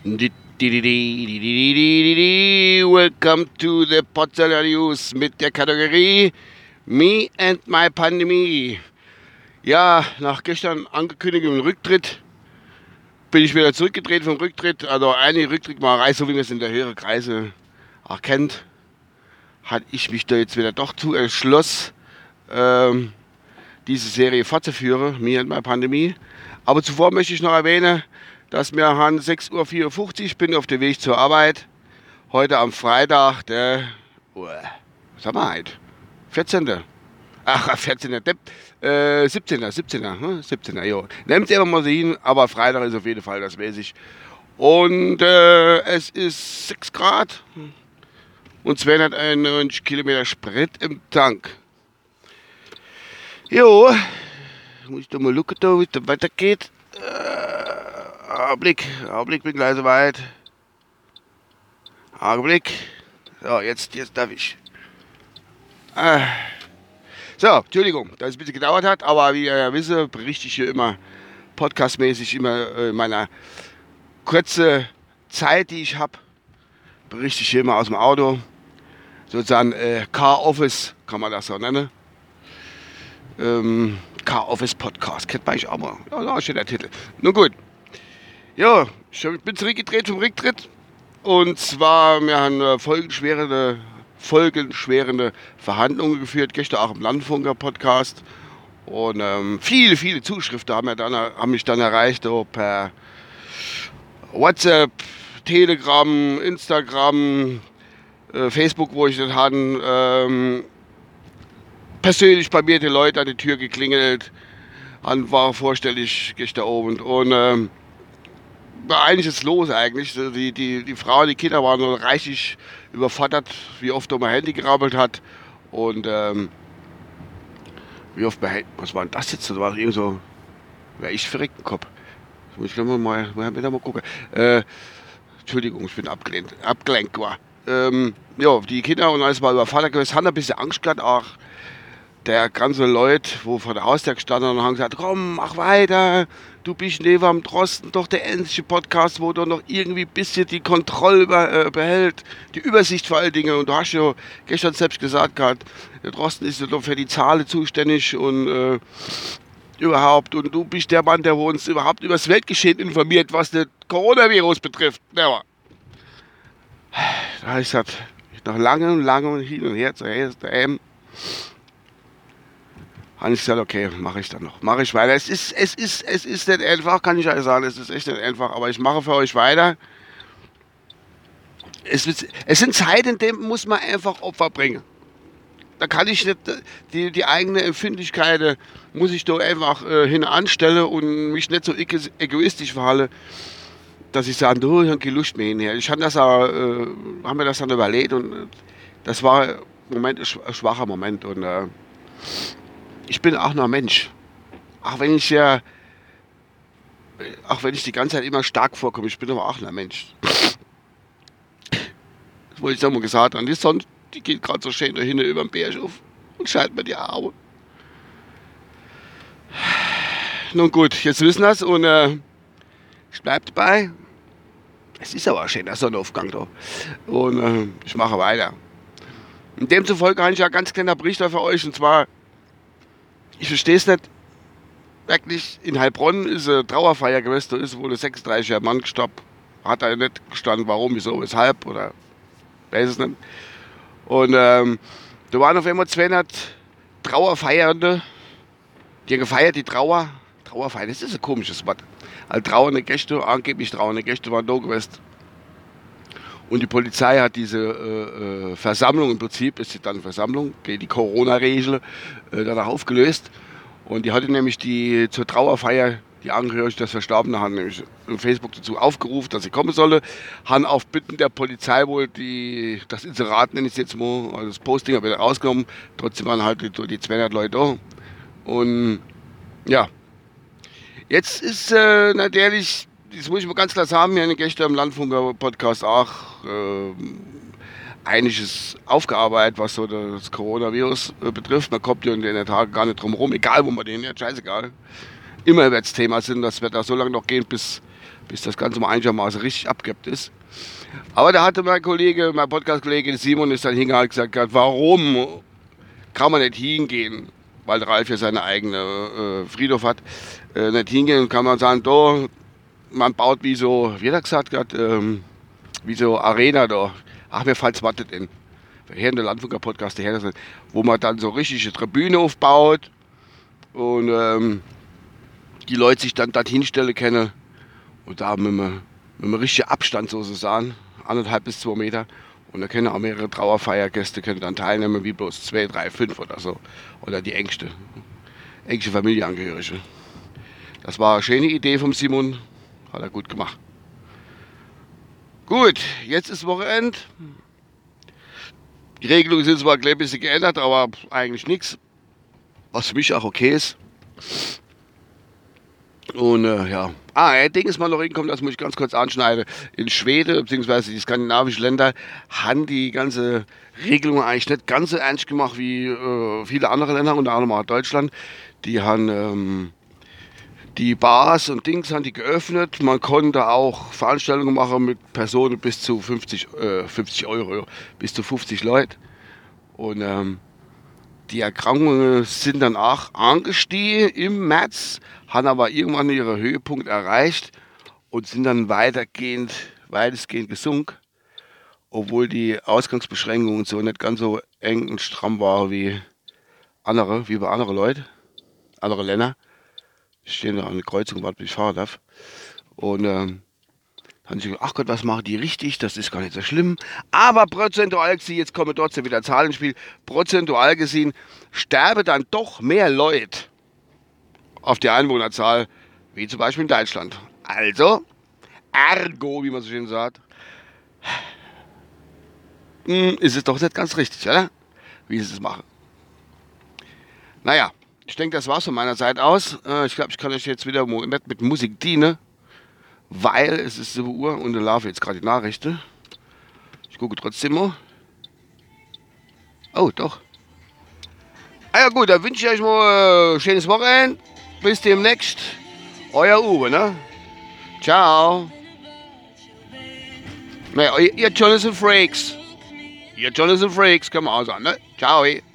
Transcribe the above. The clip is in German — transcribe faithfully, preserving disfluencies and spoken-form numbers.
Welcome to the Potsdamer News mit der Kategorie Me and My Pandemie. Ja, nach gestern angekündigtem Rücktritt bin ich wieder zurückgedreht vom Rücktritt. Also eine Rücktrittmacherei, so wie man es in der höheren Kreise auch kennt, hatte ich mich da jetzt wieder doch zu entschlossen, ähm, diese Serie fortzuführen, Me and My Pandemie. Aber zuvor möchte ich noch erwähnen, dass wir haben sechs Uhr vierundfünfzig, bin auf dem Weg zur Arbeit. Heute am Freitag, der, oh, was haben wir heute? vierzehnten Ach, vierzehnten Depp, äh, siebzehnten siebzehnten Hm? siebzehnten ja. Nehmt es einfach mal so hin, aber Freitag ist auf jeden Fall, das weiß ich. Und äh, es ist sechs Grad und zweihunderteinundneunzig Kilometer Sprit im Tank. Jo, muss ich doch mal gucken, wie es da weitergeht. Äh, Augenblick, Augenblick, bin gleich soweit. Augenblick. So, jetzt, jetzt darf ich. Äh. So, Entschuldigung, dass es ein bisschen gedauert hat, aber wie ihr ja wisst, berichte ich hier immer podcastmäßig, immer in meiner kurzen Zeit, die ich habe, berichte ich hier immer aus dem Auto. Sozusagen äh, Car-Office, kann man das so nennen. Ähm, Car-Office Podcast, kennt man eigentlich auch mal. Ja, da steht der Titel. Nun gut. Ja, ich bin zurückgedreht vom Rücktritt. Und zwar, wir haben äh, folgenschwere, folgenschwere Verhandlungen geführt, gestern auch im Landfunker Podcast. Und ähm, viele, viele Zuschriften haben, wir dann, haben mich dann erreicht, auch per WhatsApp, Telegram, Instagram, äh, Facebook, wo ich das hatte. Ähm, persönlich bei mir die Leute an die Tür geklingelt, an, war vorstellig gestern Abend. Und ähm, war einiges los eigentlich. Die, die, die Frau, die Kinder waren so reichlich überfordert, wie oft er mein Handy gerabbelt hat. Und ähm, wie oft mein, was war denn das jetzt? Das war irgendwie so, wäre ich verreckt im Kopf. Das muss ich mal, mal, mal, mal gucken. Äh, Entschuldigung, ich bin abgelenkt, abgelenkt war. Ähm, ja, die Kinder und alles war überfordert gewesen, haben ein bisschen Angst gehabt, auch der ganze Leute, wo vor der Haustür gestanden und haben gesagt, komm, mach weiter, du bist neben am Drosten, doch der einzige Podcast, wo du noch irgendwie ein bisschen die Kontrolle über, äh, behält, die Übersicht vor allen Dingen. Und du hast ja gestern selbst gesagt gehabt, der Drosten ist ja doch für die Zahlen zuständig und äh, überhaupt. Und du bist der Mann, der uns überhaupt über das Weltgeschehen informiert, was den Coronavirus betrifft. Ja. Da habe ich gesagt, nach langem, langem Hin und Her zu ähm, habe ich gesagt, okay, mache ich dann noch, mache ich weiter. Es ist, es ist, es ist nicht einfach, kann ich euch sagen, es ist echt nicht einfach, aber ich mache für euch weiter. Es, wird, es sind Zeiten, in denen muss man einfach Opfer bringen. Da kann ich nicht, die, die eigene Empfindlichkeit muss ich da einfach äh, hin anstellen und mich nicht so egoistisch verhalten, dass ich sage, du, ich habe keine Lust mehr hinher. Ich habe das auch, äh, hab mir das dann überlegt und das war im Moment ein schwacher Moment und äh, ich bin auch nur Mensch. Auch wenn ich ja, auch wenn ich die ganze Zeit immer stark vorkomme, ich bin aber auch nur Mensch. Das wollte ich doch mal gesagt haben. Die Sonne, die geht gerade so schön dahin über den Berg auf und scheint mir die Augen. Nun gut, jetzt wissen wir es und äh, ich bleibe dabei. Es ist aber ein schöner Sonnenaufgang da. Und äh, ich mache weiter. In demzufolge habe ich ja ganz kleiner Bericht für euch und zwar, ich verstehe es nicht, wirklich, in Heilbronn ist eine Trauerfeier gewesen, da ist wohl ein sechsunddreißiger Mann gestorben. Hat er nicht gestanden, warum, wieso, weshalb, oder weiß es nicht. Und ähm, da waren auf einmal zweihundert Trauerfeiernde, die haben gefeiert, die Trauer, Trauerfeier, das ist ein komisches Wort. Also trauernde Gäste, angeblich trauernde Gäste waren da gewesen. Und die Polizei hat diese äh, äh, Versammlung, im Prinzip ist sie dann Versammlung, die Corona-Regel, äh, danach aufgelöst. Und die hatte nämlich die zur Trauerfeier, die Angehörigen des Verstorbenen, haben nämlich auf Facebook dazu aufgerufen, dass sie kommen solle. Haben auf Bitten der Polizei wohl die, das Inserat, nenne ich es jetzt mal, also das Posting habe ich rausgenommen. Trotzdem waren halt die, die zweihundert Leute da. Und ja, jetzt ist äh, natürlich, das muss ich mal ganz klar sagen, wir haben gestern im Landfunker Podcast auch äh, einiges aufgearbeitet, was so das Coronavirus äh, betrifft. Man kommt ja in den Tagen gar nicht drum herum, egal wo man den hat, scheißegal. Immer wird es Thema sein, das wird da so lange noch gehen, bis bis das Ganze mal einigermaßen richtig abgeappt ist. Aber da hatte mein Kollege, mein Podcast-Kollege Simon ist dann hingehalten und gesagt, warum kann man nicht hingehen, weil Ralf ja seine eigene äh, Friedhof hat, äh, nicht hingehen und kann man sagen, do, man baut wie so, wie hat er gesagt, grad, ähm, wie so Arena da. Ach, mir fällt's wartet in. Hier in der Landfunker-Podcast, der das, wo man dann so richtige Tribüne aufbaut und ähm, die Leute sich dann dorthin stellen können und da mit einem, mit einem richtigen Abstand sozusagen, anderthalb bis zwei Meter. Und da können auch mehrere Trauerfeiergäste können dann teilnehmen, wie bloß zwei, drei, fünf oder so. Oder die engste, engste Familienangehörige. Das war eine schöne Idee vom Simon, hat er gut gemacht. Gut, jetzt ist Wochenende. Die Regelungen sind zwar ein klein bisschen geändert, aber eigentlich nichts. Was für mich auch okay ist. Und äh, ja, ah, ein Ding ist mal noch hingekommen, das muss ich ganz kurz anschneiden. In Schweden, beziehungsweise die skandinavischen Länder, haben die ganze Regelung eigentlich nicht ganz so ernst gemacht wie äh, viele andere Länder, unter anderem auch Deutschland. Die haben ähm, die Bars und Dings haben die geöffnet. Man konnte auch Veranstaltungen machen mit Personen bis zu fünfzig, äh, fünfzig Euro, bis zu fünfzig Leute. Und ähm, die Erkrankungen sind dann auch angestiegen im März, haben aber irgendwann ihren Höhepunkt erreicht und sind dann weitergehend, weitestgehend gesunken, obwohl die Ausgangsbeschränkungen so nicht ganz so eng und stramm waren wie andere, wie bei anderen Leuten, andere Länder. Ich stehe da an der Kreuzung, warte, bis ich fahren darf. Und ähm, dann habe ich gedacht, ach Gott, was machen die richtig? Das ist gar nicht so schlimm. Aber prozentual gesehen, jetzt kommen trotzdem wieder Zahlen ins Spiel, prozentual gesehen sterben dann doch mehr Leute auf die Einwohnerzahl, wie zum Beispiel in Deutschland. Also, ergo, wie man so schön sagt, ist es doch nicht ganz richtig, oder? Wie sie es machen. Naja, ich denke, das war's von meiner Seite aus. Ich glaube, ich kann euch jetzt wieder nicht mit Musik dienen, weil es ist sieben Uhr und da laufen jetzt gerade die Nachrichten. Ich gucke trotzdem mal. Oh, doch. Ah ja gut, dann wünsche ich euch mal ein schönes Wochenende. Bis demnächst. Euer Uwe, ne? Ciao. Naja, ihr Jonathan Frakes. Ihr Jonathan Frakes, kann man auch sagen, ne? Ciao.